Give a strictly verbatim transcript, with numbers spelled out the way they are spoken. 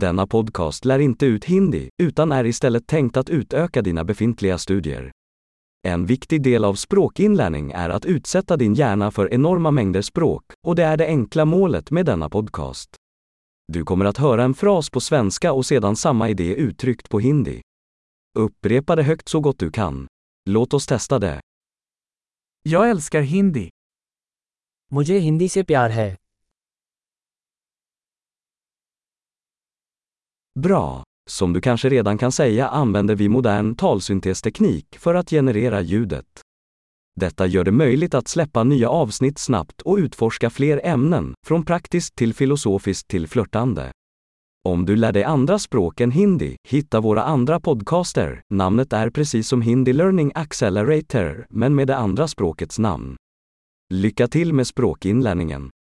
Denna podcast lär inte ut hindi, utan är istället tänkt att utöka dina befintliga studier. En viktig del av språkinlärning är att utsätta din hjärna för enorma mängder språk, och det är det enkla målet med denna podcast. Du kommer att höra en fras på svenska och sedan samma idé uttryckt på hindi. Upprepa det högt så gott du kan. Låt oss testa det. Jag älskar hindi. मुझे हिंदी से प्यार है. Bra! Som du kanske redan kan säga använder vi modern talsyntesteknik för att generera ljudet. Detta gör det möjligt att släppa nya avsnitt snabbt och utforska fler ämnen, från praktiskt till filosofiskt till flörtande. Om du lär dig andra språk än hindi, hitta våra andra podcaster. Namnet är precis som Hindi Learning Accelerator, men med det andra språkets namn. Lycka till med språkinlärningen!